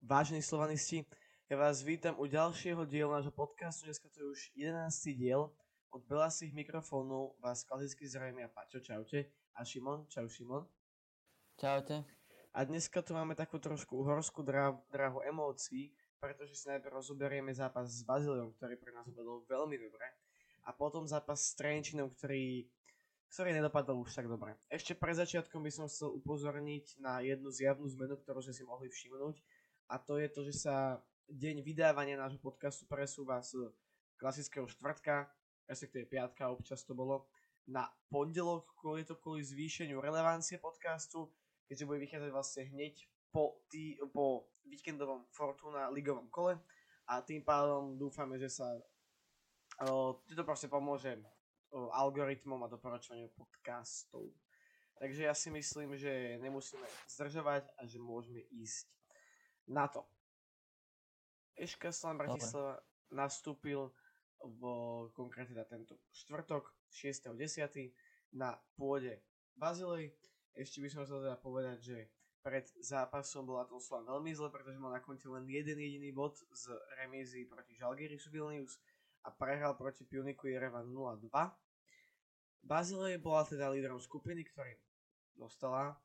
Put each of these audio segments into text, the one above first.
Vážení slovanisti, ja vás vítam u ďalšieho dielu nášho podcastu. Dneska to je už 11. diel. Od belasých mikrofónov vás klasicky zdravím ja Paťo, čaute. A Šimon, čau Šimon. Čaute. A dneska tu máme takú trošku uhorskú dráhu emócií, pretože si najprv rozoberieme zápas s Bazíliom, ktorý pre nás dopadol veľmi dobre. A potom zápas s Trenčínom, ktorý nedopadol už tak dobre. Ešte pred začiatkom by som chcel upozorniť na jednu zjavnú zmenu, ktorú ste si mohli všimnúť. A to je to, že sa deň vydávania nášho podcastu presúva z klasického štvrtka, respektíve piatka, občas to bolo, na pondelok, kvôli zvýšeniu relevancie podcastu, keďže bude vychádzať vlastne hneď po víkendovom Fortuna ligovom kole a tým pádom dúfame, že sa to proste pomôže algoritmom a doporučovaniu podcastov. Takže ja si myslím, že nemusíme zdržovať a že môžeme ísť na to. Eška Slovan Bratislava nastúpil konkrétne tento štvrtok 6.10. na pôde Bazilej. Ešte by som chcel teda povedať, že pred zápasom bola to Slovan veľmi zle, pretože mal na konte len jeden jediný bod z remízy proti Žalgirisu Vilnius a prehral proti Pioniku Jerevan 0-2. Bazilej bola teda lídrom skupiny, ktorý dostala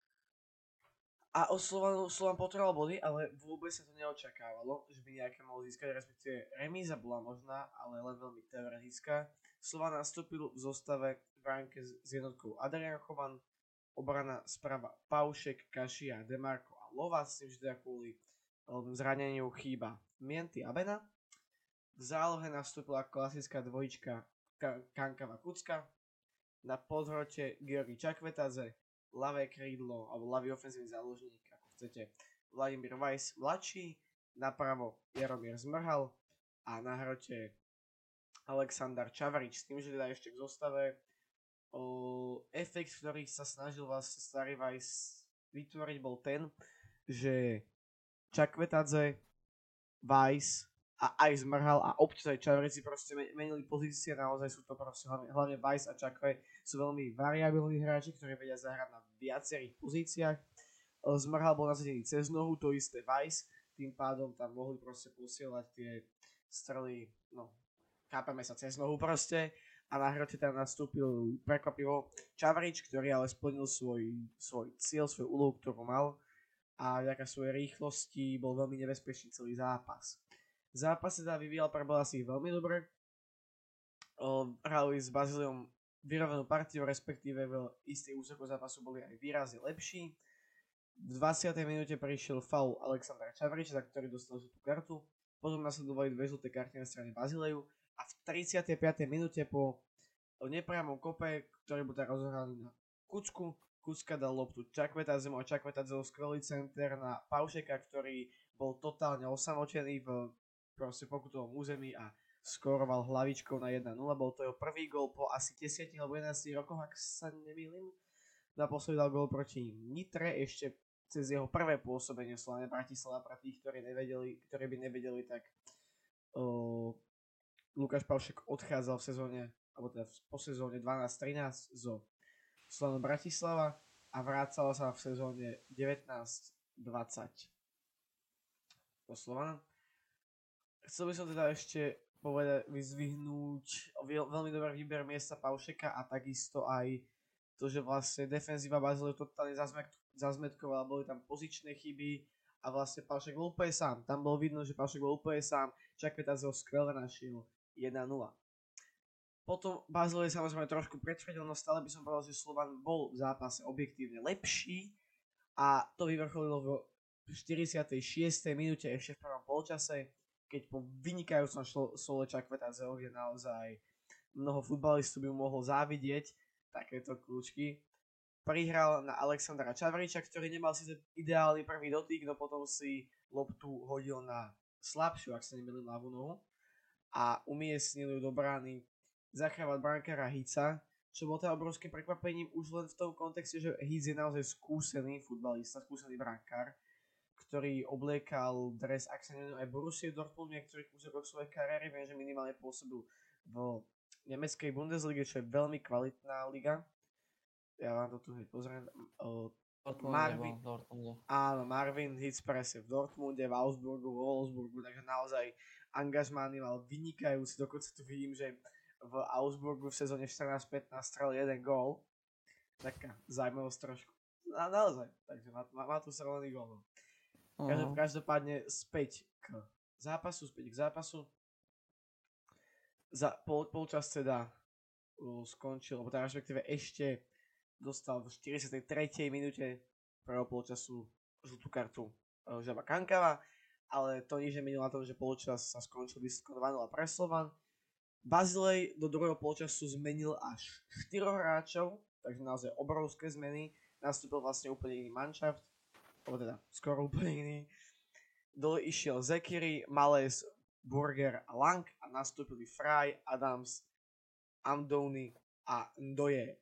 a Slovan potreboval body, ale vôbec sa to neočakávalo, že by nejaké mohol získať, respektíve remíza bola možná, ale len veľmi teoretická. Slovan nastúpil v zostave v bránke s jednotkou Adrian Chovan, obrana sprava Paušek, Kašia, Demarko a Lova, s tým, že teda kvôli zraneniu chýba Mienty a Bena. V zálohe nastúpila klasická dvojička Kankava Kucka, na podhrote Georgi Čakvetadze, ľavé krídlo alebo ľavý ofenzívny záložník, ako chcete, Vladimír Weiss mladší, napravo Jaromír Zmrhal a na hrote Aleksandar Čavarič, s tým, že teda ešte k zostave efekt, ktorý sa snažil vlastne starý Weiss vytvoriť, bol ten, že Čakvetadze, Weiss a aj Zmrhal a občas aj Čavarič si proste menili pozície, naozaj sú to proste hlavne Weiss a Čakve sú veľmi variabilní hráči, ktorí vedia zahrať na viacerých pozíciách. Zmrhal bol nasadený cez nohu, to isté Weiss, tým pádom tam mohli proste posielať tie strely, kápeme sa cez nohu proste a na hrote tam nastúpil prekvapivo Čavarič, ktorý ale splnil svoj cieľ, svoju úlohu, ktorú mal a vďaka svojej rýchlosti bol veľmi nebezpečný celý zápas. Zápas sa teda vyvíjal pre Belasích veľmi dobre. Hrali s Bazíliom vyrovnanú partiu, respektíve v istej úseku zápasu boli aj výrazne lepší. V 20. minúte prišiel faul Alexandra Čavariča, za ktorý dostal žltú kartu. Potom nasledovali dve žlté karty na strane Bazíleju a v 35. minúte po nepriamom kope, ktorý bol teda rozohraný na Kucku, Kucka dal loptu Čakvetadzemu a Čakvetadze skvelý center na Paušeka, ktorý bol totálne osamotený v proste pokutovom území a skóroval hlavičkou na 1-0. Bol to jeho prvý gól po asi 10 alebo 11 rokoch, ak sa nemýlim. Naposledy dal gól proti Nitre, ešte cez jeho prvé pôsobenie v Slovane Bratislava. Pre tých, ktorí by nevedeli, tak Lukáš Paušek odchádzal v sezóne, alebo teda po sezóne 12-13 zo Slovana Bratislava a vrácal sa v sezóne 19-20 do Slovana. Chcel by som teda ešte vyzdvihnúť veľmi dobrý výber miesta Paušeka a takisto aj to, že vlastne defenzíva Bazíliu totálne zazmetkovala, boli tam pozičné chyby a vlastne Paušek bol úplne sám. Tam bolo vidno, že Paušek bol úplne sám, Čakvetadze ho skvelé našiel 1-0. Potom Bazílej samozrejme trošku predčvedil, no stále by som povedal, že Slovan bol v zápase objektívne lepší a to vyvrcholilo v 46. minúte ešte v prvom polčase, keď po vynikajúcom sole Čakvetadzeho, kde naozaj mnoho futbalistov by mu mohol závidieť takéto kľúčky, prihral na Alexandra Čavariča, ktorý nemal síce ideálny prvý dotyk, no potom si loptu hodil na slabšiu, ak sa nemýlim, ľavú nohu a umiestnil ju do brány zachrávať brankára Hica, čo bolo teda obrovským prekvapením už len v tom kontexte, že Hic je naozaj skúsený futbalista, skúsený brankár, ktorý obliekal dres, ak sa neviem, aj Borussia Dortmund v niektorých úsekoch svojej kariéry. Viem, že minimálne pôsobil v nemeckej Bundeslige, čo je veľmi kvalitná liga. Ja vám to tu hneď pozriem. Dortmunde Marvin, bol, Dortmunde. áno, Marvin Hitz presne v Dortmunde, v Augsburgu, v Wolfsburgu, takže naozaj angažmány mal vynikajúci, dokonca tu vidím, že v Augsburgu v sezóne 14-15 strelil jeden gól, taká zaujímavosť trošku. A naozaj, takže má tu strelený gól. Každopádne späť k zápasu. Polčas teda skončil, alebo teda respektíve ešte dostal v 43. minúte prvého polčasu žltú kartu Žaba Kankava, ale to nič nemenilo na tom, že polčas sa skončil výsledkom 2-0 pre Slovan. Bazilej do druhého polčasu zmenil až 4 hráčov, takže naozaj obrovské zmeny. Nastúpil vlastne úplne iný manšaft, alebo teda skoro úplne iný. Dole išiel Zekiri, Males, Burger a Lang a nastúpili Fry, Adams, Amdouni a Ndoye.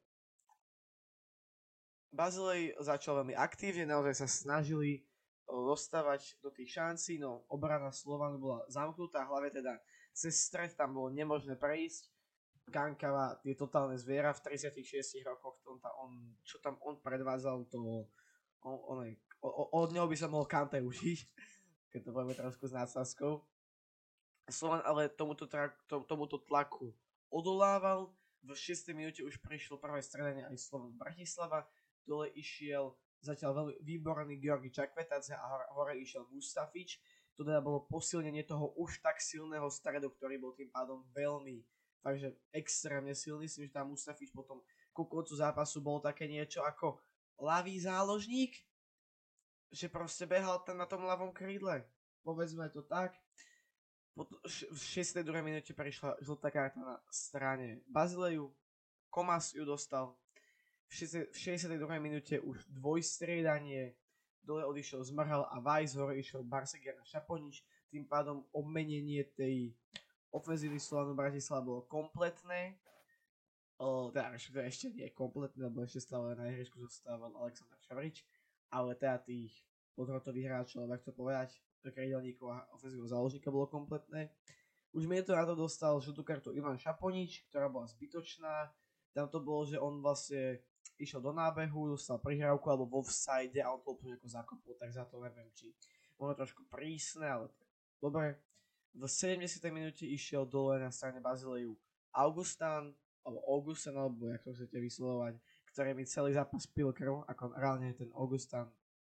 Bazilej začal veľmi aktívne, naozaj sa snažili dostávať do tých šancí, no obrana Slovanu bola zamknutá, hlavne teda cez stred tam bolo nemožné prejsť. Kankava je totálne zviera, v 36 rokoch čo tam on predvádzal, to od neho by sa mohol Kante učiť, keď to povieme trošku s nádsazkou. Slovan ale tomuto tlaku odolával. V 6. minúte už prišlo prvé stredanie aj Slovan Bratislava. Dole išiel zatiaľ veľmi výborný Georgi Čakvetadze a hore išiel Mustafič. To teda bolo posilnenie toho už tak silného stredu, ktorý bol tým pádom veľmi, takže extrémne silný. Myslím, že tam Mustafič potom ku koncu zápasu bol také niečo ako ľavý záložník, že proste behal tam na tom ľavom krídle. Povedzme to tak. V 62. minúte prišla žltá karta na strane Bazileju. Komas ju dostal. V 62. minúte už dvojstriedanie. Dole odišiel Zmrhal a Weiss, hore išiel Barsegian a Šaponič. Tým pádom obmenenie tej ofenzívy Slovanu Bratislava bolo kompletné. Teda ešte nie je kompletné, lebo ešte stále na ihrisku zostával Alexander Šavrič. Ale teda tých podhrotových hráčov, ak to povedať, krídelníkov a ofenzívneho záložníka bolo kompletné. Už minútu na to dostal žltú kartu Ivan Šaponič, ktorá bola zbytočná. Tam to bolo, že on vlastne išiel do nábehu, dostal prihrávku alebo vo offside a on to úplne ako zakopol, tak za to neviem, či ono trošku prísne, ale dobre. V 70. minúte išiel dole na strane Bazileju Augustin, alebo jak to chcete vyslovovať, ktorý mi celý zápas pil krv, ako reálne ten Augustin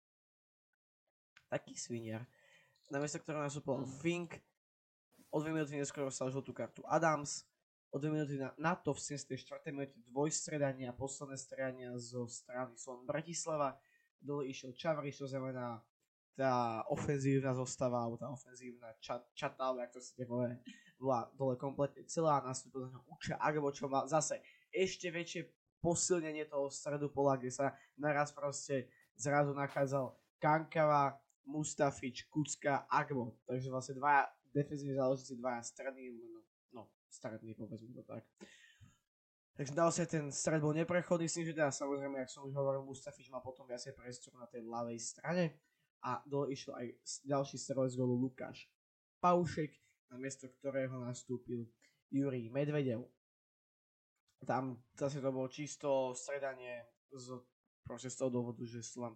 taký sviniar. Namiesto ktorého nastúpil Fink, o 2 minúty neskôr dostal žltú kartu Adams, o 2 minúty na to v 74. minúte dvojstredanie a posledné stredania zo strany Slovan Bratislava. Dole išiel Čavrič, to znamená tá ofenzívna zostava, alebo tá ofenzívna čata, jak to chcete povedať, bola dole kompletne celá, nastúpil na Ucha Agbo, čo mal zase ešte väčšie posilnenie toho stredu pola, kde sa naraz proste zrazu nachádzal Kankava, Mustafič, Kucka, Agbo. Takže vlastne dvaja defenzívni záložníci, dvaja strední, strední, povedzme to tak. Takže naozaj ten stred bol neprechodný, myslím, že teda samozrejme, jak som už hovoril, Mustafič mal potom viacej priestoru na tej ľavej strane a dole išiel aj ďalší strelec gólu Lukáš Paušek, namiesto ktorého nastúpil Jurij Medvedev. Tam zase to bolo čisto stredanie proste z toho dôvodu, že Slovan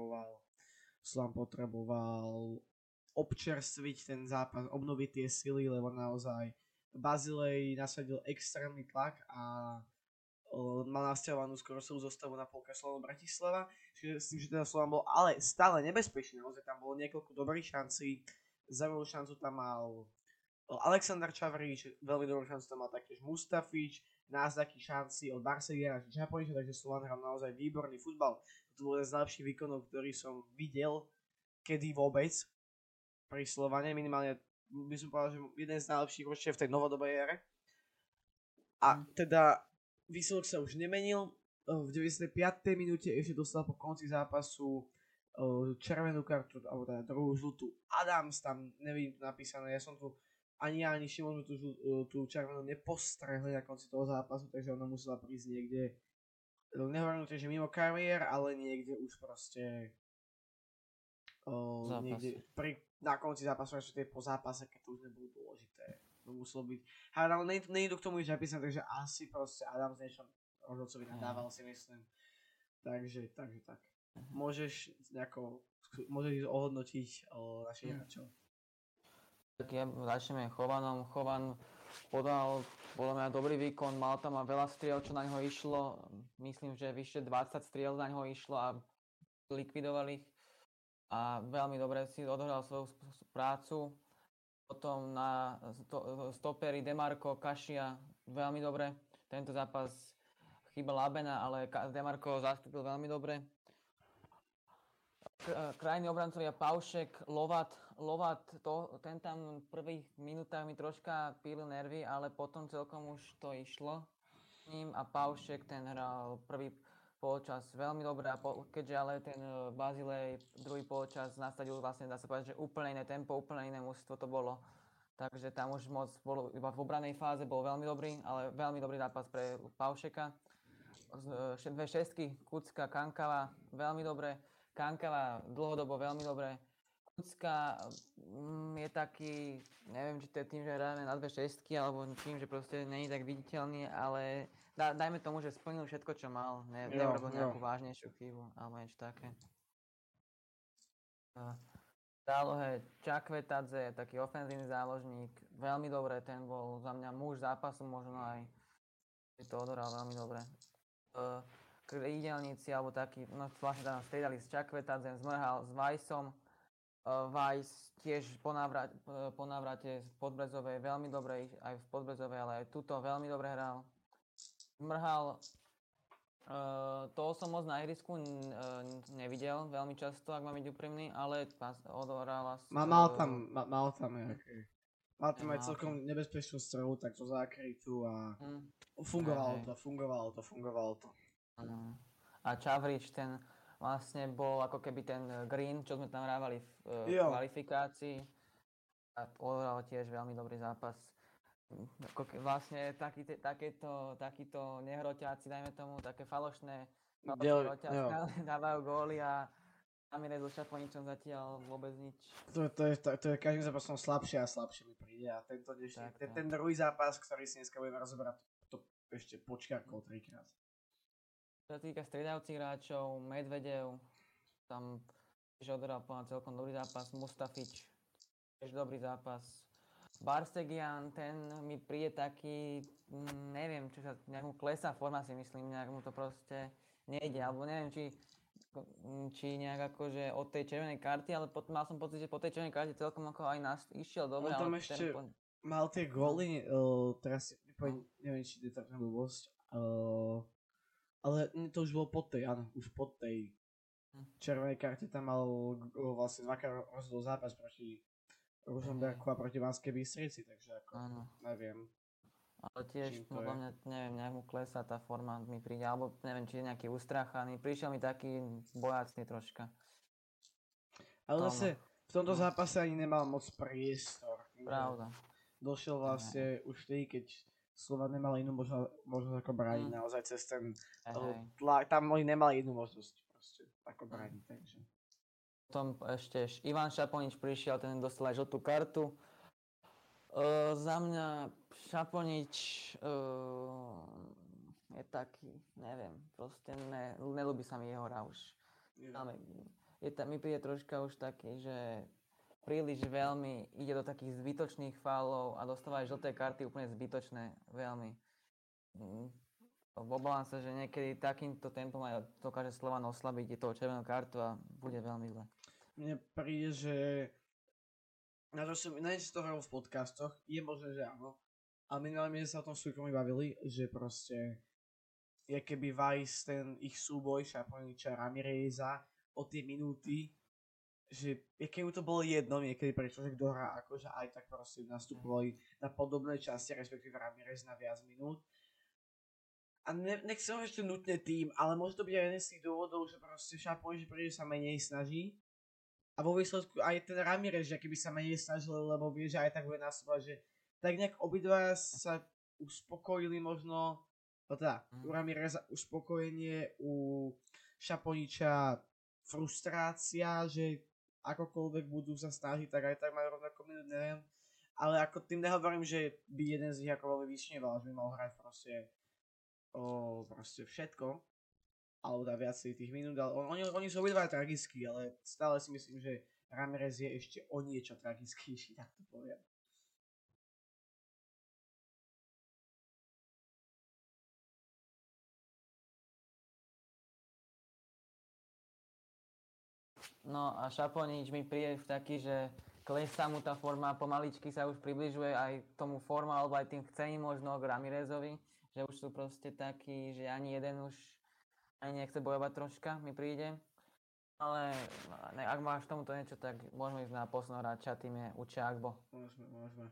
potreboval občerstviť ten zápas, obnoviť tie sily, lebo naozaj Bazilej nasadil extrémny tlak a mal nastiavanú skoro celú zostavu na polke Slovanu Bratislava. Čiže myslím, že teda Slovan bol ale stále nebezpečný, naozaj tam bolo niekoľko dobrých šancí. Zaujímavú šancu tam mal Alexander Čavrič, veľmi dobrú šancu tam mal taktiež Mustafič, náznaky šanci od Barsegiana či Čaponiča, takže Slovan hral naozaj výborný futbal. To bol jeden z najlepších výkonov, ktorý som videl kedy vôbec pri Slovane, minimálne by som povedal, že jeden z najlepších určite v tej novodobej ére. A teda výsledok sa už nemenil. V 95. minúte ešte dostal po konci zápasu červenú kartu, alebo teda druhú žltú Adams, tam nevidím to napísané, ja som tu ani Šimon tú červenú nepostrehli na konci toho zápasu, takže ona musela prísť niekde, nehovorím to, že mimo kariér, ale niekde už proste niekde na konci zápasu, ešte po zápase, keď to už nebolo dôležité. To muselo byť. Ale nie je to k tomu nič napísané, takže asi proste Adams niečo rozhodcovi nadával, si myslím. Takže tak. môžeš nejako, môžeš ohodnotiť našich Mm. hráčov. Tak ja začneme Chovanom. Chovan podal podľa mňa dobrý výkon, mal tam veľa striel, čo na ňo išlo. Myslím, že vyše 20 striel na ňo išlo a likvidovali ich. A veľmi dobre si odohral svoju prácu. Potom na stoperi Demarco, Kašia, veľmi dobre. Tento zápas chýbal Labena, ale Demarco zastúpil veľmi dobre. Krajní obrancovia Paušek, Lovat, ten tam v prvých minútach mi troška pílil nervy, ale potom celkom už to išlo s ním a Paušek ten hral prvý polčas veľmi dobre a keďže ale ten Bazilej druhý polčas nasadil vlastne, dá sa povedať, že úplne iné tempo, úplne iné mužstvo to bolo. Takže tam už moc bolo, iba v obranej fáze bol veľmi dobrý, ale veľmi dobrý zápas pre Paušeka. Dve šestky, Kucka, Kankava, veľmi dobre. Kankava dlhodobo veľmi dobre. Kucka je taký, neviem, či to je tým, že hráme na dve šestky, alebo tým, že proste nie je tak viditeľný, ale dajme tomu, že splnil všetko, čo mal. Neurobil nejakú vážnejšiu chybu, alebo niečo také. V zálohe Čakvetadze, taký ofenzívny záložník, veľmi dobre, ten bol za mňa muž zápasu, možno aj to odohral veľmi dobre. Krídelníci, alebo takí, no vlastne tam striedali s Čakvetadzem, Zmrhal s Vajsom. Vajs tiež po návrate z Podbrezovej veľmi dobre, aj v Podbrezovej, ale aj tuto veľmi dobre hral. Zmrhal, toho som moc na ihrisku nevidel veľmi často, ak mám byť úprimný, ale odohral Mal tam aj celkom nebezpečnú strelu, tak to zákrytu a fungovalo to. A Čavrič, ten vlastne bol ako keby ten green, čo sme tam hrávali v kvalifikácii a odohral tiež veľmi dobrý zápas. Vlastne takíto nehroťáci, dajme tomu, také falošné roťáci dávajú góly a Ramirez so Šaponičom zatiaľ vôbec nič. To je každým zápasom slabšie a slabšie mi príde a ten druhý zápas, ktorý si dneska budeme rozoberať, to ešte počkárkol 3-krát. Čo sa týka striedajúcich hráčov, Medvedev, tam tiež odohral celkom dobrý zápas, Mustafič, tiež dobrý zápas. Barsegian, ten mi príde taký, neviem, čo sa nejak mu klesá forma, si myslím, nejak mu to proste nejde, alebo neviem, či nejak akože od tej červenej karty, ale mal som pocit, že po tej červenej karte celkom ako aj išiel dobre. On tam ešte mal tie góly, teraz neviem, či je to taká blbosť, ale to už bolo pod tej červenej karte tam mal vlastne dvakrát rozhodol zápas proti Ružomberku a proti Banskej Bystrici, takže ako neviem. Ale tiež podľa mňa, neviem, nejak mu klesá tá forma, mi príde, alebo neviem, či je nejaký ustráchaný, prišiel mi taký bojácný troška. Ale zase v tomto zápase ani nemal moc priestor. Pravda. Došiel vlastne už vtedy, keď Slovan nemal inú možnosť ako brániť naozaj cez ten tlak, tam oni nemali inú možnosť proste ako brániť, takže. Potom ešte Ivan Šaponič prišiel, ten dostal aj žltú kartu. Za mňa Šaponič je taký, neviem, proste neľúbi sa mi jeho hra už. Mi príde troška už taký, že príliš veľmi ide do takých zbytočných fálov a dostáva aj žlté karty úplne zbytočné, veľmi. Obávam sa, že niekedy takýmto tempom aj dokáže Slovan oslabiť toho červenú kartu a bude veľmi zle. Mne príde, že na to som hovoril v podcastoch, je možné, že áno, ale minulé sa o tom súkromí bavili, že proste je keby Weiss ten ich súboj Šaponiča Ramireza o tie minúty, že keby mu to bolo jedno niekedy prečo, že kto hrá akože aj tak proste nastupovali na podobné časti, respektíve Ramirez na viac minút. A nechcem ešte nutne tým, ale môže to byť aj jeden z tých dôvodov, že proste Šaponič príde sa menej snaží. A vo výsledku aj ten Ramirez, že keby sa menej snažil, lebo vie, že aj tak bude nastupovať, že tak nejak obidva sa uspokojili možno, no teda u Ramireza uspokojenie, u Šaponiča frustrácia, že akokoľvek budú sa snažiť, tak aj tak majú rovnako minút, neviem. Ale ako tým nehovorím, že by jeden z nich ako veľmi vyšnieval, že by mal hrať proste všetko. alebo dá viacej tých minút, ale oni sú obidva tragickí, ale stále si myslím, že Ramirez je ešte o niečo tragickejší, tak to poviem. No a Šaponič mi príde už taký, že klesá mu tá forma, pomaličky sa už približuje aj tomu forma, alebo aj tým chcením možno k Ramirezovi, že už sú proste takí, že ani jeden už ani nechce bojovať troška, mi príde. Ale ak máš tomuto niečo, tak môžeme ísť na posledného hráča, tým je Uche Agbo. Môžeme.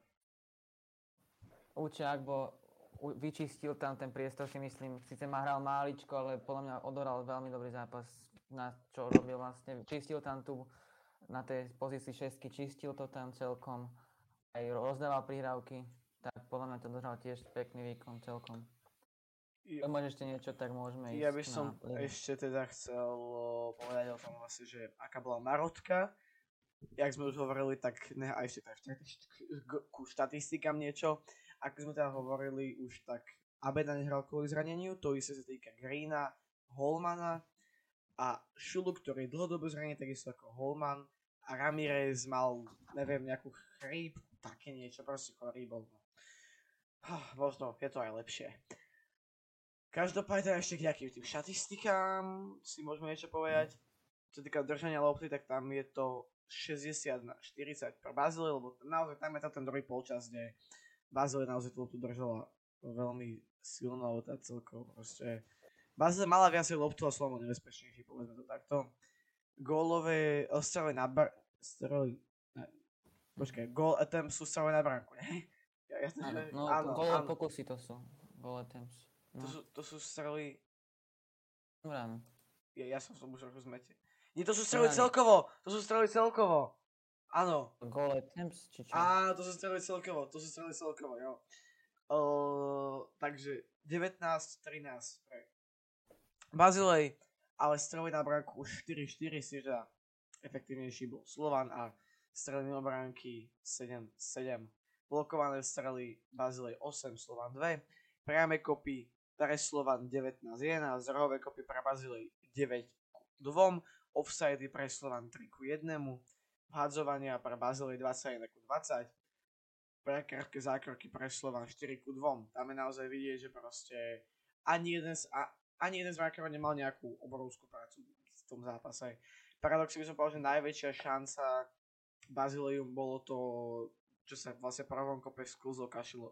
Uche Agbo vyčistil tam ten priestor, si myslím, síce hral máličko, ale podľa mňa odohral veľmi dobrý zápas, na čo robil vlastne. Čistil tam tu na tej pozícii šestky, čistil to tam celkom, aj rozdával prihrávky, tak podľa mňa to dohral tiež pekný výkon celkom. Ak máš ešte niečo, tak môžeme ísť. Ja by som ešte teda chcel povedať o tom vlastne, že aká bola marotka. Jak sme už hovorili, tak a ešte tak ku štatistikám niečo. Ako sme teda hovorili už, tak Abeda nehral kvôli zraneniu, to isté sa týka Greena, Holmana a Šulu, ktorý je dlhodobo zranený, takisto ako Holman. A Ramirez mal, neviem, nejakú chríp, také niečo, proste chorý bol. Možno je to aj lepšie. Každopádne ešte k nejakým tým štatistikám si môžeme niečo povedať. Čo týka držania lopty, tak tam je to 60-40 pre Bazilej, lebo naozaj tam je to ten druhý polčas, kde Bazilej naozaj tú loptu držala veľmi silno, alebo tá celkovo proste. Bazilej mala viacej loptu a Slovan nebezpečnejší, povedzme to takto. Gólové strely na goal attempts sú strely na bránku, ne? Áno, gólové pokusy to sú, goal attempts. No. To sú strely... Áno. Ja som už trochu zmete. Nie, to sú strely celkovo! Áno. Goal attempts, či čo? Áno, to sú strely celkovo, jo. Takže 19-13 pre Bazilej, ale strely na bránku už 4-4, si teda efektívnejší bol Slovan a strely mimo bránky 7-7. Blokované strely Bazilej 8, Slovan 2. Priame kopy pre Slovan 19-11, rohové kopy pre Bazilej 9-2, offside pre Slovan 3-1, vhadzovania pre Bazilej 21-20, prekrátke zákroky pre Slovan 4-2. Tam je naozaj vidieť, že proste ani jeden z zákročov nemal nejakú obrovskú prácu v tom zápase. Paradoxne by som povedal, že najväčšia šanca Bazileum bolo to, čo sa vlastne prvom kope sklzol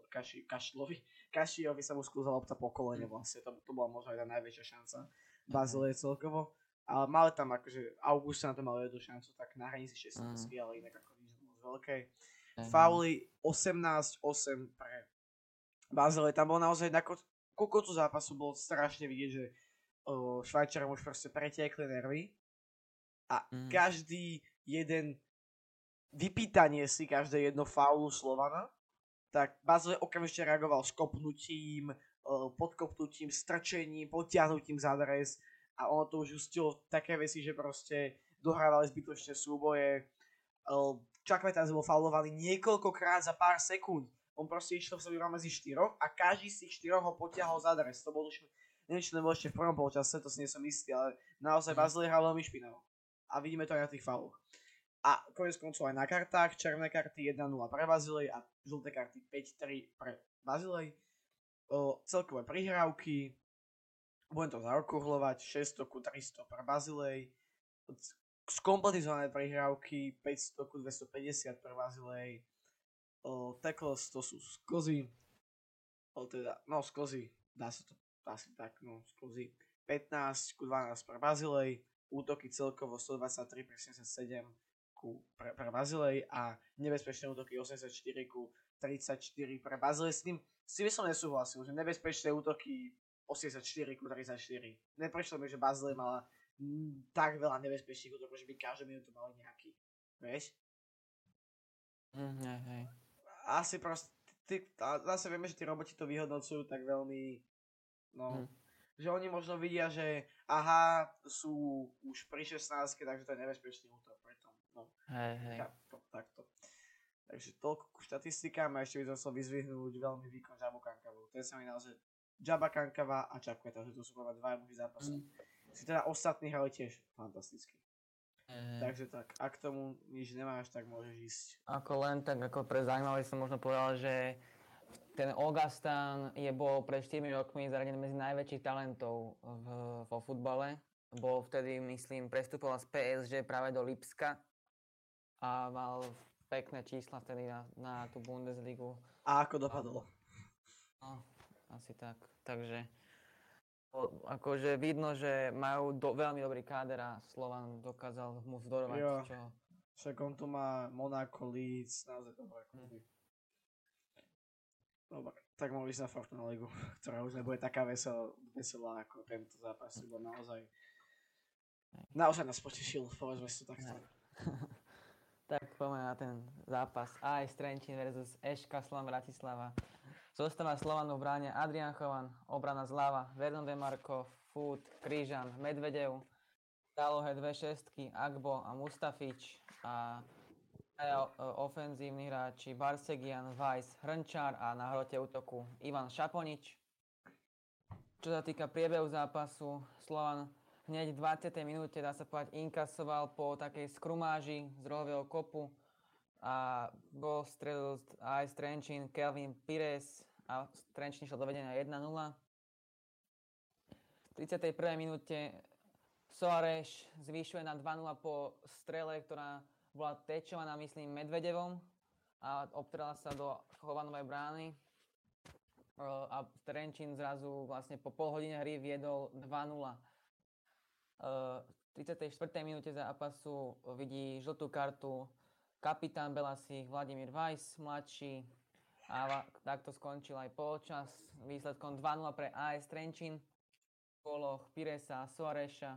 Kašiovi sa mu sklzala lopta po kolene vlastne, to bola možno aj tá najväčšia šanca Bazileje celkovo, ale mali tam akože August sa na to mal jednu šancu, tak na hranici 16, ale inak ako nič moc veľkej. Fauly 18-8 pre Bazilej, tam bol naozaj na koľko zápasu bolo strašne vidieť, že Švajčarom už proste pretiekli nervy a každý jeden vypýtanie si každé jedno faulu Slovana, tak Bazilej okamžite reagoval skopnutím, podkopnutím, strčením, potiahnutím za dres a ono to už ustilo také veci, že proste dohrávali zbytočné súboje. Čakvetaz bol faulovaný niekoľkokrát za pár sekúnd. On proste išiel v sobe medzi štyroch a každý z tých štyroch ho potiahol za dres. To bol už, neviem, či to nebolo ešte v prvom polčase, to si nie som istý, ale naozaj Bazilej hral veľmi špinavo. A vidíme to aj na tých fauloch. A konec koncov aj na kartách, červené karty 1-0 pre Bazilej a žlté karty 5-3 pre Bazilej. Celkové prihrávky, budem to zaokrúhľovať, 600-300 pre Bazilej. Skompletizované prihrávky 500-250 pre Bazilej. Tackles to sú sklzy. Sklzy, dá sa to asi tak, sklzy. 15-12 pre Bazilej. Útoky celkovo 123 pre 77 pre Bazilej a nebezpečné útoky 84 ku 34 pre Bazilej. S tým by som nesúhlasil, že nebezpečné útoky 84 ku 34. Neprešlo mi, že Bazilej mala tak veľa nebezpečných útokov, že by každú minútu mali nejaký. Vieš? Hej. Asi proste, zase vieme, že tí roboti to vyhodnocujú tak veľmi, že oni možno vidia, že aha, sú už pri 16, takže to je nebezpečný útok. Hej. Takto. Takže toľko ku štatistikám a ešte by som chcel vyzvihnúť veľmi výkon Džabu Kankavu. Ten sa mi naozaj Džaba Kankava a Čakveta, že to sú prvá dva muži zápasu. si teda ostatní hrali tiež fantasticky. Takže tak, ak k tomu nič nemáš, tak môžeš ísť. Ako len tak, ako pre zaujímavosť som možno povedal, že ten Augustin bol pred 4 rokmi zaradený medzi najväčších talentov vo futbale. Bol vtedy, myslím, prestupoval z PSG práve do Lipska a mal pekné čísla vtedy na tú Bundesligu. A ako dopadlo? No, asi tak. Takže akože vidno, že majú veľmi dobrý káder a Slovan dokázal mu vzdorovať. Jo, čo... však on tu má Monaco, Leeds, naozaj dobré kluby. Dobre, tak mohli ísť na Fortuna ligu, ktorá už nebude taká veselá ako tento zápas, lebo naozaj nás potešil, povedzme si to takto. Tak poďme na ten zápas. AS Trenčín versus ŠK Slovan Bratislava. Zostava Slovanu v bráne Adrian Chovan, obrana zľava, Vernon Demarko, Foot, Kryžan, Medvedev, zálohe 2 šestky, Agbo a Mustafič a ofenzívni hráči Barsegian, Weiss, Hrnčár a na hrote útoku Ivan Šaponič. Čo sa týka priebehu zápasu, Slovan hneď v 20. minúte, dá sa povedať, inkasoval po takej skrumáži z rohového kopu a gól strelil AS Trenčín Kelvin Pires a Trenčín šiel do vedenia 1-0. V 31. minúte Soares zvyšuje na 2-0 po strele, ktorá bola tečovaná, myslím, Medvedevom a obtrela sa do Chovanovej brány. A Trenčín zrazu vlastne po pol hodine hry viedol 2-0. V 34. minúte zápasu vidí žltú kartu kapitán Belasich Vladimír Weiss, mladší. A takto skončil aj polčas. Výsledkom 2-0 pre AS Trenčín. V góloch Piresa a Soaresa.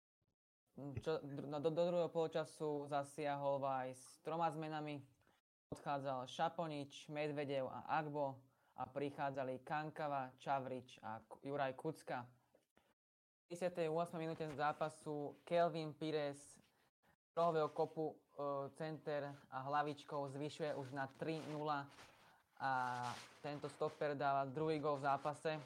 Do druhého polčasu zasiahol Weiss s 3 zmenami. Odchádzal Šaponič, Medvedev a Agbo a prichádzali Kankava, Čavrič a Juraj Kucka. V 58. minúte zápasu Kelvin Pires z rohového kopu center a hlavičkou zvyšuje už na 3-0 a tento stopper dáva druhý gól v zápase.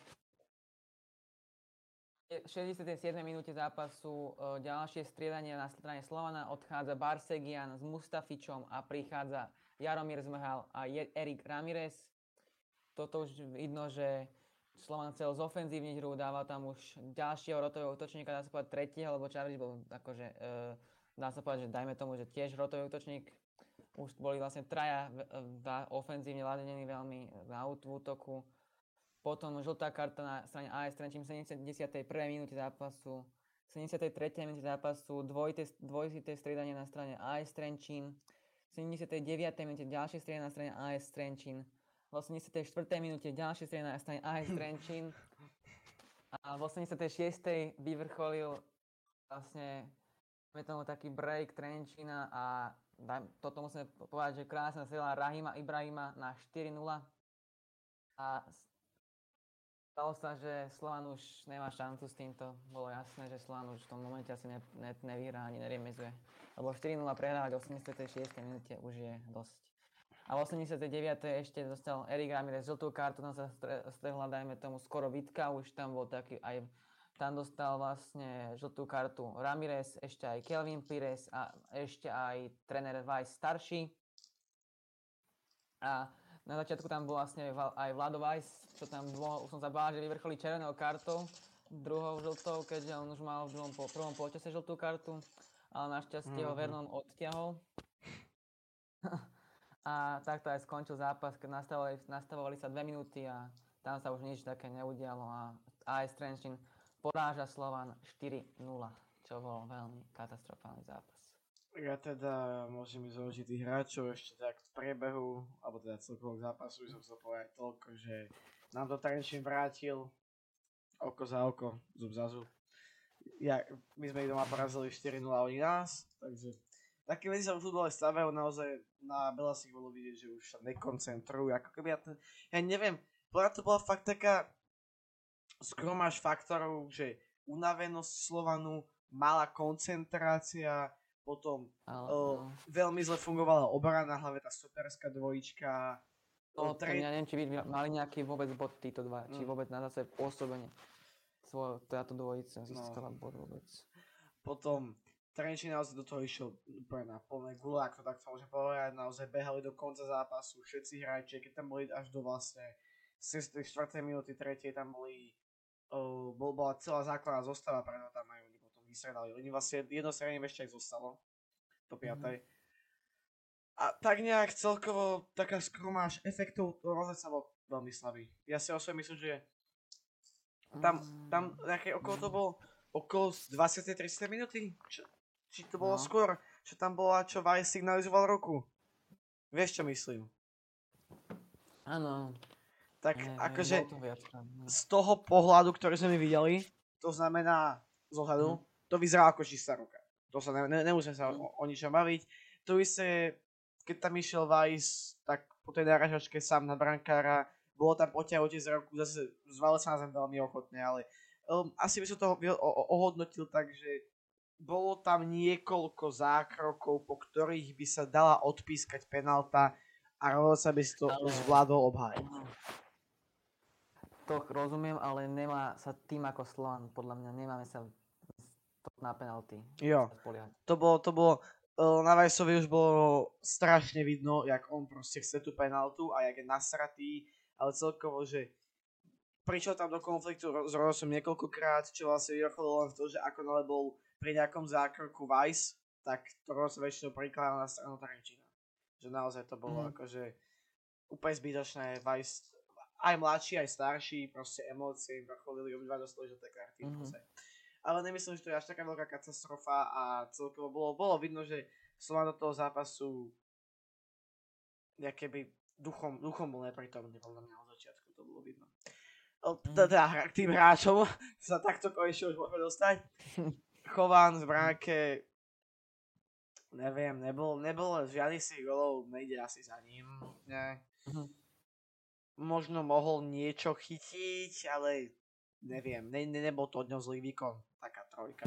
V 67. minúte zápasu ďalšie striedanie na strane Slovana, odchádza Barsegian s Mustafičom a prichádza Jaromír Zmhal a Erik Ramirez. Toto už vidno, že Slovan chcel zofenzívniť hru, dával tam už ďalšieho rotového útočníka, dá sa povedať tretieho, lebo Čavrič bol akože, dá sa povedať, že dajme tomu, že tiež rotový útočník. Už boli vlastne traja ofenzívne ladení veľmi na útoku. Potom žltá karta na strane AS Trenčín v 71. minúte zápasu. V 73. minúte zápasu dvojité striedanie na strane AS Trenčín. V 79. minúte ďalšie striedanie na strane AS Trenčín. V 84. minúte ďalšie striedanie na strane AS Trenčín. A v 86. vyvrcholil vlastne tomu taký break Trenčína a toto musíme povedať, že krásna strela Rahima Ibrahima na 4-0. A stalo sa, že Slovan už nemá šancu s týmto. Bolo jasné, že Slovan už v tom momente asi nevyhrá ani neremizuje. Lebo 4-0 prehrávať v 86. minúte už je dosť. A v 89. ešte dostal Erik Ramirez žltú kartu, tam sa strehla, dajme tomu, skoro bitka. Už tam bol taký aj... Tam dostal vlastne žltú kartu Ramirez, ešte aj Kelvin Pires a ešte aj tréner Weiss starší. A na začiatku tam bol vlastne aj Vlado Weiss, čo tam bolo, už som sa bál, že vyvrcholí červenou kartou, druhou žltou, keďže on už mal v prvom polčase žltú kartu, ale našťastie ho Vernon odtiahol. A takto aj skončil zápas, keď nastavovali sa 2 minúty a tam sa už nič také neudialo a AS Trenčín poráža Slovan 4-0, čo bol veľmi katastrofálny zápas. Ja teda môžem ísť o tých hráčov ešte tak v priebehu, alebo teda celkovo k zápasu, som chcel povedať toľko, že nám to Trenčín vrátil oko za oko, zub za zub. My sme ich doma porazili 4-0 oni nás, takže také veci sa v futbole stavajú, naozaj na Belasich bolo vidieť, že už sa nekoncentrujú, ako keby ja neviem, podľa to bola fakt taká skromáž faktorov, že unavenosť Slovanu, malá koncentrácia, potom veľmi zle fungovala obrana, hlavne tá stoperská dvojička. Ja neviem, či by mali nejaký vôbec bod títo dva, či vôbec na zase pôsobenie. táto dvojica získala bod vôbec. Potom Trenčín naozaj do toho išiel úplne na plné gule, ako tak to môžem povedať, naozaj behali do konca zápasu, všetci hráči, keď tam boli až do vlastne 4. minúty, 3. tam bola celá základná zostava, preto tam aj oni potom vysredali. Oni vlastne jedno sredenie ešte aj zostalo, to 5. A tak nejak celkovo taká skromáž efektov rozhodca bol veľmi slabý. Ja si osobne myslím, že tam nejaké okolo to bolo okolo 20-30 minúty? Či to bolo skôr? Čo tam bola, čo Vice signalizoval ruku? Vieš, čo myslím? Áno. Tak akože z toho pohľadu, ktorý sme my videli, to znamená z ohľadu, to vyzerá ako čistá ruka. To sa nemusíme sa o ničom baviť. To isté, keď tam išiel Vice, tak po tej náražačke sám na brankára, bolo tam poťahnutie z ruku, zase zval sa na zem veľmi ochotne, ale asi by som to ohodnotil tak, že bolo tam niekoľko zákrokov, po ktorých by sa dala odpískať penálta a rozhodca by si to zvládol obhájiť. To rozumiem, ale nemá sa tým ako Slovan, podľa mňa nemáme sa na penalty. Jo, to bolo na Vajsovi už bolo strašne vidno, jak on proste chce tú penáltu a jak je nasratý, ale celkovo, že prišiel tam do konfliktu s rozhodcom niekoľkokrát, čo vlastne vyvrcholilo len v to, že ako ale bol pri nejakom zákroku Vice, tak to rozhodca väčšinou prikladal na stranu Trenčína. Že naozaj to bolo akože úplne zbytočné. Vice, aj mladší, aj starší, proste emócie im vrcholili, obidva dostali žlté karty. Ale nemyslím, že to je až taká veľká katastrofa a celkovo bolo vidno, že Slovan do toho zápasu keby duchom bol neprítomný, podľa mňa od začiatku to bolo vidno. Teda k tým hráčom sa takto konečne už môžeme dostať. Chovan v bránke, neviem, nebol žiadny z tých golov, nejde asi za ním. Ne. Možno mohol niečo chytiť, ale neviem, nebol to od ňom zlý výkon, taká trojka.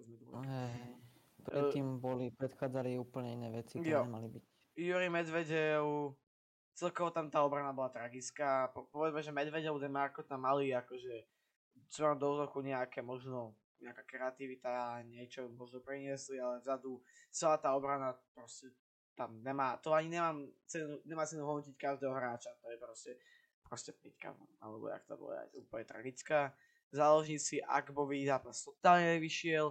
Predtým predchádzali úplne iné veci, ktoré nemali byť. Jurij Medvedev, celkovo tam tá obrana bola tragická. Povedzme, že Medvedev, Demarko tam mali akože čo do útoku nejaká kreativita, niečo možno priniesli, ale vzadu celá tá obrana proste tam nemá, to ani nemá cenu hodnotiť každého hráča, to je proste piťka, alebo jak to bolo aj úplne tragická. Záložníci Akbovi zápas totálne nevyšiel,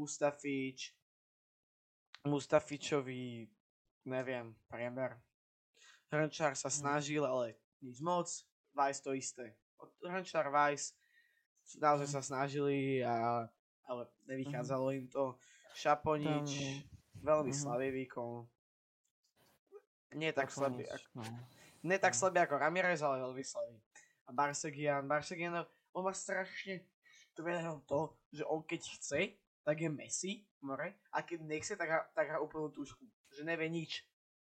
Mustafičovi, neviem, priemer. Hrnčár sa snažil, ale nič moc, Vice to isté. Hrnčár, Vice naozaj sa snažili, ale nevychádzalo im to. Šaponič, veľmi slabý výkon. Nie tak slabý ako Ramirez, ale veľmi slabý. A Barsegian, on má strašne štveného to, že on keď chce, tak je Messi, a keď nechce, tak hrá úplnú tušku. Že nevie nič.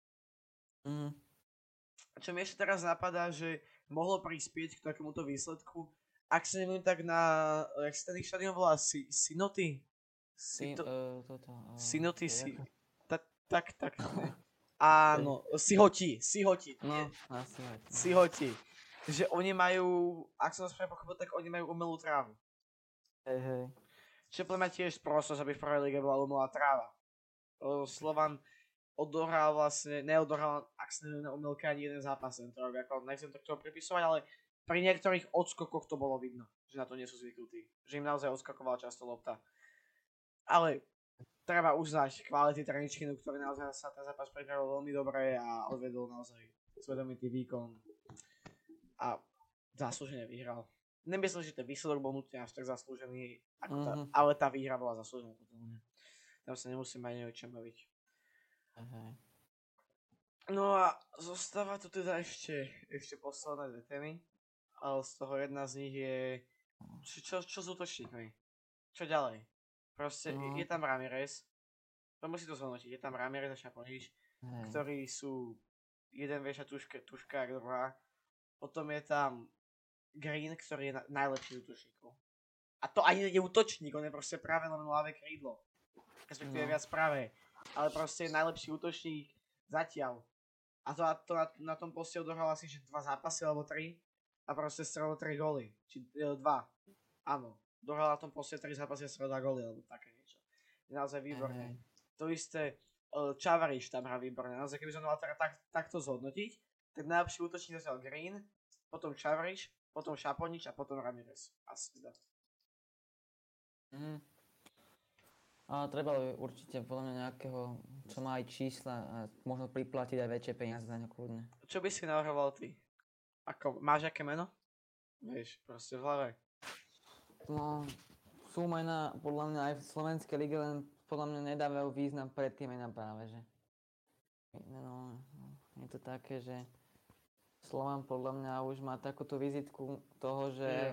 Čo mi ešte teraz napadá, že mohlo prispieť k takémuto výsledku, ak sa neviem, tak jak sa ten štadión volá, Sinoty? Sinoty, tak. Áno, Sihoti. No, Sihoti. Že oni majú, ak som správne pochopil, tak oni majú umelú trávu. Hej. Čo pre mňa tiež prostor, aby v prvej lige bola umelá tráva. Slovan neodohral, ak sa neviem, na umelke ani jeden zápas tento rok, ako nechcem to k tomu pripisovať, ale pri niektorých odskokoch to bolo vidno, že na to nie sú zvyknutí. Že im naozaj odskakovala často lopta. Ale treba uznať kvality Trenčínu, ktorý naozaj sa ten zápas pripravil veľmi dobre a odvedol naozaj svedomitý výkon. A zaslúžene vyhral. Nemyslím, že ten výsledok bol nutne až tak zaslúžený, ale tá výhra bola zaslúžená. Tam sa nemusíme ani o čom baviť. No a zostáva tu teda ešte posledné dve témy. Ale z toho jedna z nich je čo s útočníkmi? Čo ďalej? Proste je tam Ramirez, to musí to zhodnotiť, je tam Ramirez a Šaponič, ktorí sú jeden väčšia tuška ako druhá. Potom je tam Green, ktorý je najlepší útočník. A to ani nie je útočník, on je proste práve len ľavé krídlo. Respektíve viac práve. Ale proste je najlepší útočník zatiaľ. A to na tom poste odohral asi 2 zápasy alebo 3. A proste strelil 3 góly. Či 2. Áno, dohral na tom posledné 3 zápasy a strelil 2 góly, alebo také niečo. Je naozaj výborné. To isté, Čavariš tam hrá výborne. Naozaj, keby som mal takto zhodnotiť, tak najlepší útočník zatiaľ Green, potom Čavariš, potom Šaponič a potom Ramirez. Asi teda. Ale treba určite podľa mňa nejakého, čo má aj čísla a možno priplatiť aj väčšie peniaze za ňo kľudne. Čo by si navrhoval ty? Máš aké meno? Vieš, proste v hlave. No, sú mená podľa mňa aj v slovenskej lige, len podľa mňa nedávajú význam pre tie mená práve, že. No, je to také, že Slovan podľa mňa už má takúto vizitku toho, že...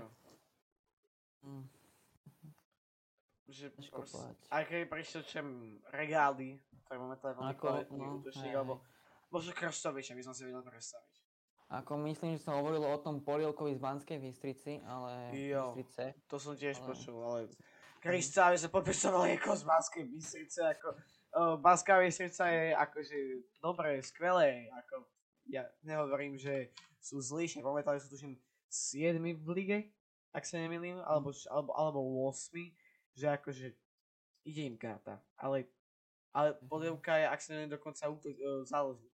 Že aj keď prišiel Regály, ktorý momentálne veľmi kvalitný útočník, alebo možno Krstoviča by som si vedel predstaviť. Ako myslím, že som hovoril o tom Polievkovi z Banskej Bystrici, ale... Bystrice. To som tiež počul, ale... Krista, aby sa podpisoval ako z Banskej Bystrice, ako... Banská Bystrica je akože dobré, skvelé, ako... Ja nehovorím, že sú zlí, však momentálne sú tuším 7 v lige, ak sa nemýlim, alebo 8, že akože ide im karta, ale Polievka je, ak sa neviem, dokonca záložník.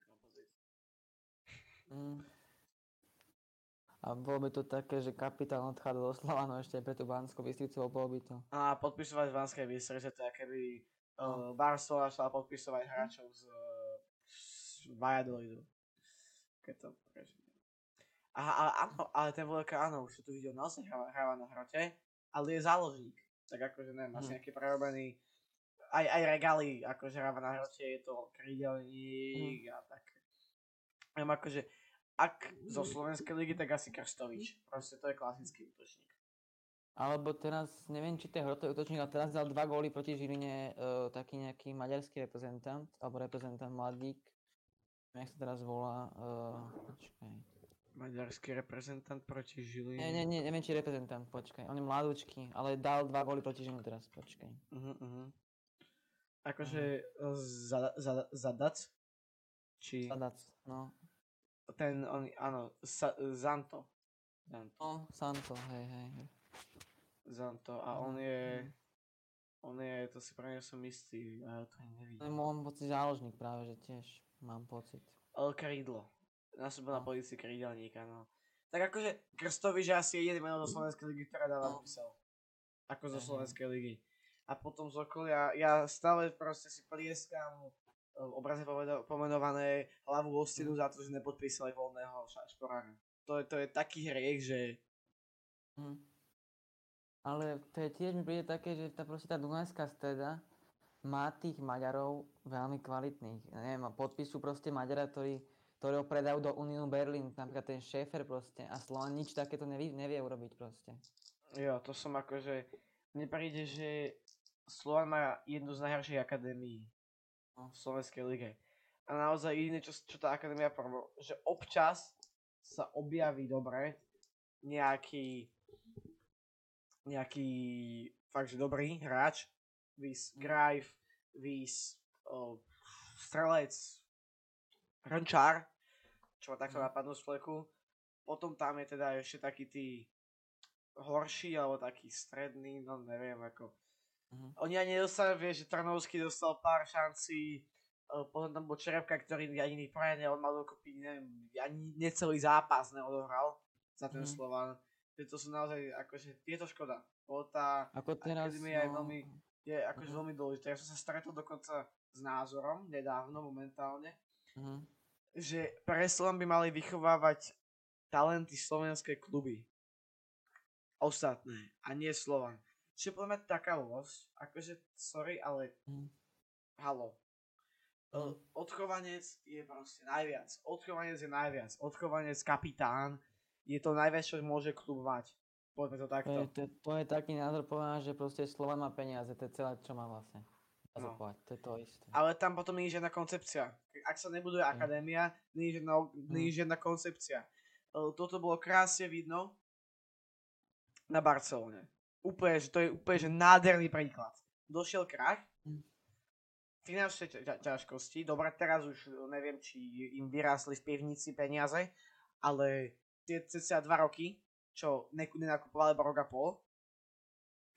A bolo by to také, že kapitán odchádza do Slovanu ešte pre tú Banskú Bystricu, bolo by to. A podpisovať v Banskej Bystrici, to je keby Barcelona šla podpisovať hráčov z Valladolidu. Keď to prežije. Áno, ale ten Polievka, áno, už tu videl, naozaj hráva na hrote, ale je záložník. Tak akože neviem, asi nejaký prerobený, aj Regály, akože hráva na hrote, je to krídelník a tak. Neviem, akože, ak zo Slovenskej ligy, tak asi Krstovič. Proste to je klasický útočník. Alebo teraz, neviem, či to je hrotový útočník, ale teraz dal 2 góly proti Žiline taký nejaký maďarský reprezentant, alebo reprezentant mladík. Jak sa teraz volá, počkaj. Maďarský reprezentant proti Žiline. Nie, neviem, či reprezentant, počkaj. On je mladúčky, ale dal 2 góly proti Žiline teraz, počkaj. Akože Zadac? Či... Zadac, no. Ten, áno, Zanto. No, Santo, hej. Zanto, a on je, to si pre mňa som istý, a ja to ani nevidím. Mám pocit záložník práve, že tiež mám pocit. Krídlo. Nasobol na pozícii krídelníka, no. Tak akože Krstovič je asi jediné meno do Slovenskej ligy, ktoré dáva zmysel. Ako zo Slovenskej ligy. A potom z okolia, ja stále proste si plieskam obrazne pomenované hlavu vo stenu za to, že nepodpísali voľného Šporára. To je taký hriech, že... Ale to je tiež mi príde také, že tá Dunajská streda má tých Maďarov veľmi kvalitných. Neviem, podpíšu proste Maďara, ktorého predajú do Unionu Berlin, napríklad ten Šéfer proste. A Slovan nič takéto nevie urobiť proste. Jo, to som akože... Mne príde, že Slovan má jednu z najhorších akadémií v Slovenskej lige. A naozaj jediné, čo tá akadémia prvo, že občas sa objaví dobre nejaký fakt, že dobrý hráč, vys Grajf, vys Strelec, Hrnčár, čo ma takto napadnú z fleku. Potom tam je teda ešte taký tí horší, alebo taký stredný, no neviem ako. Oni ani nedostali, vieš, že Trnovský dostal pár šancí, potom tam bol Čerepka, ktorý ani neporadne, on mal dokopy, neviem, ani necelý zápas neodohral za ten Slovan. To sú naozaj, akože, je to škoda. Tá akadémia je akože veľmi dôležitá. Ja som sa stretol dokonca s názorom, nedávno, momentálne, že pre Slovan by mali vychovávať talenty slovenské kluby. Ostatné, a nie Slovan. Čiže podľa mňa taká losť, akože, sorry, ale halo. Odchovanec je proste najviac. Odchovanec kapitán je to najviac, čo môže klub mať. Poďme to takto. To je taký názor, povedané, že proste Slovan má peniaze, to je celé, čo má vlastne. To je to isté. Ale tam potom nie je žiadna koncepcia. Ak sa nebuduje akadémia, nie je žiadna koncepcia. Toto bolo krásne vidno na Barcelone. To je úplne že nádherný príklad. Došiel krach, finančné ťažkosti, dobre, teraz už neviem, či im vyrástli v pivnici peniaze, ale tie cca 2 roky, čo nenakupovali iba rok a pol,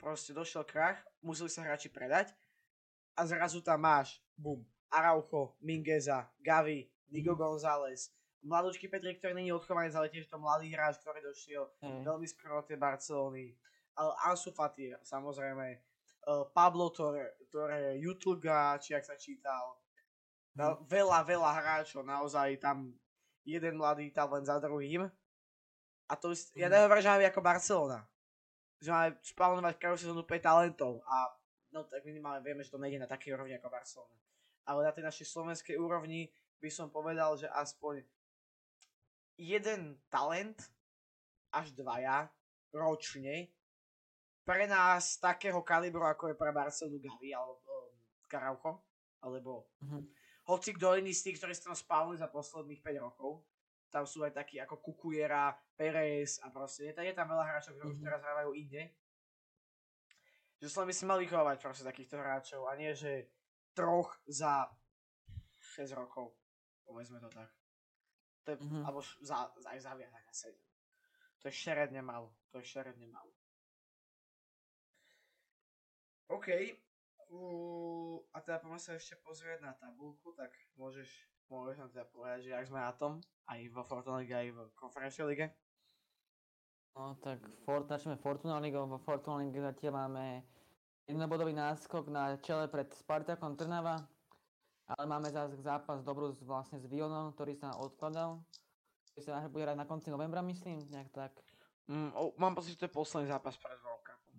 proste došiel krach, museli sa hráči predať a zrazu tam máš, bum, Araujo, Mingueza, Gavi, Nico González, mladúčky Petri, ktorý není odchovanec, ale tiež to mladý hráč, ktorý došiel veľmi skoro od tej Barcelony, Ansu Fati, samozrejme, Pablo Torre, Jutluga, či ak sa čítal, veľa hráčov, naozaj tam jeden mladý talent za druhým. A to ja nehovorím, že máme ako Barcelona. Že máme splánovať každú sezónu 5 talentov a no tak minimálne vieme, že to nejde na takej úrovni ako Barcelona. Ale na tej našej slovenskej úrovni by som povedal, že aspoň jeden talent až dvaja ročne pre nás takého kalibru, ako je pre Barcelonu Gavi alebo Araujo, alebo hoci kto iný z tých, ktorí sa tam spálili za posledných 5 rokov. Tam sú aj takí ako Kukujera, Perez a proste je tam veľa hráčov, ktorí už teraz hrávajú inde. Že som by si mal vychovávať proste takýchto hráčov a nie, že troch za 6 rokov. Povedzme to tak. To je, alebo aj za viac, aj za 7. To je šeredne málo. OK. A teda poďme sa ešte pozrieť na tabuľku, tak môžeš nám teda povedať, že jak sme na tom, aj vo Fortuna Lige, aj v Konferenčnej lige? No tak začneme Fortuna Ligou. Vo Fortuna Lige zatiaľ máme jednobodový náskok na čele pred Spartakom Trnava, ale máme zase zápas dobrú vlastne s Lyonom, ktorý sa odkladal. Ktorý sa bude hrať na konci novembra, myslím, nejak tak. Mám pocit, že to je posledný zápas pred World Cupom.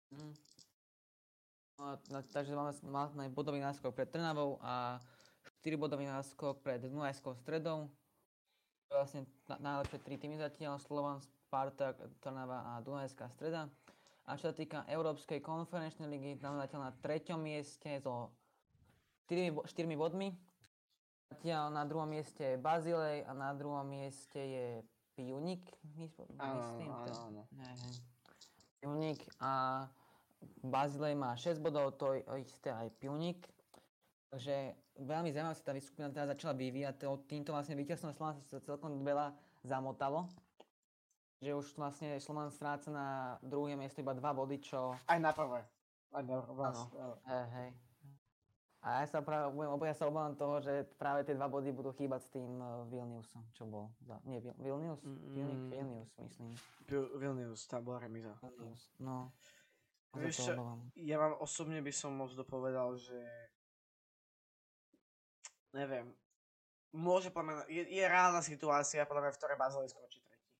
Takže máme bodový náskok pred Trnavou a 4-bodový náskok pred Dunajskou Stredou. Vlastne najlepšie 3 týmy zatiaľ, Slovan, Spartak, Trnava a Dunajská Streda. A čo sa týka Európskej konferenčnej ligy, tam zatiaľ na 3. mieste so 4 bodmi. Zatiaľ na 2. mieste je Bazilej a na 2. mieste je Pijunik, myslím. Áno. Pijunik a Bazilej má 6 bodov, to isté aj Pijunik. Takže veľmi zaujímavá sa tá skupina teda začala vyvíjať. Týmto vlastne víťazstvom Slovan sa celkom veľa zamotalo. Že už vlastne Slovan stráca na druhé miesto iba 2 body, čo... Aj na prvé. Áno. Hej. A ja sa obávam toho, že práve tie 2 body budú chýbať s tým Vilniusom, čo bol. Nie, Vilnius? Vilnius, myslím. Vilnius, tá bola remíza. Vilnius, no. Vieš čo, ja vám osobne by som možno povedal, že neviem, môže podľa mňa, je reálna situácia, podľa mňa, v ktorej Bazilej skončí tretí.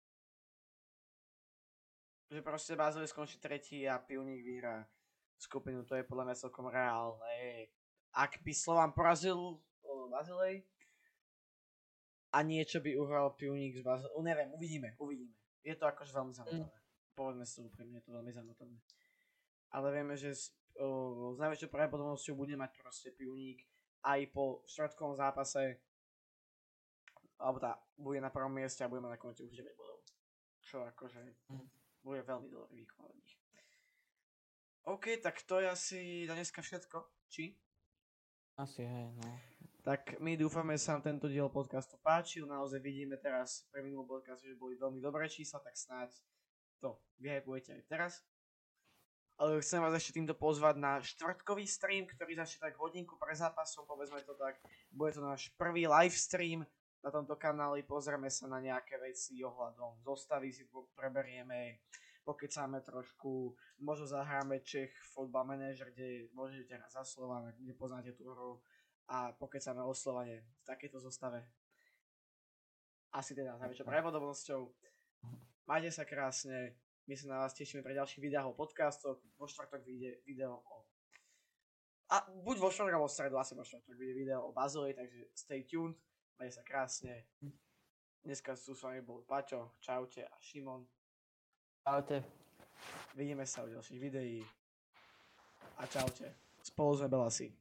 Že proste Bazilej skončí tretí a Pijunik vyhrá skupinu, to je podľa mňa celkom reálne. Ak by Slovan porazil Bazilej a niečo by uhral Pijunik z Bazilej, neviem, uvidíme. Je to akože veľmi zamotavé. Povedme si to úprimne, je to veľmi zamotavé. Ale vieme, že s najväčšou pravdepodobnosťou bude mať proste Pijunik aj po štvrtkovom zápase, alebo bude na prvom mieste a budeme na konci už 9 bodov. Čo akože bude veľmi dobrý výkon od nich. OK, tak to je asi na dneska všetko, či? Asi, hej, no. Tak my dúfame, že sa vám tento diel podcastu páčil, naozaj vidíme teraz pre minulý podcast, že boli veľmi dobré čísla, tak snáď to vyhypujete aj teraz. Ale chcem vás ešte týmto pozvať na štvrtkový stream, ktorý začne tak hodinku pre zápasom, povedzme to tak. Bude to náš prvý live stream na tomto kanáli, pozrieme sa na nejaké veci ohľadom zostavy, si preberieme, pokecáme trošku, možno zahráme Czech Football Manager, kde môžete hrať za Slovan, kde poznáte tú hru a pokecáme o Slovane v takejto zostave. Asi teda s najväčšou pravdepodobnosťou. Majte sa krásne. My sa na vás tešíme pre ďalších videách o podcastoch. Vo štvrtok vyjde video o... A buď vo štvrtok alebo v stredu, asi vo štvrtok vyjde video o Bazilej, takže stay tuned. Majte sa krásne. Dneska sú s vami bol Paťo, čaute a Šimon. Čaute. Vidíme sa v ďalších videí. A čaute. Spolu sme Belasi.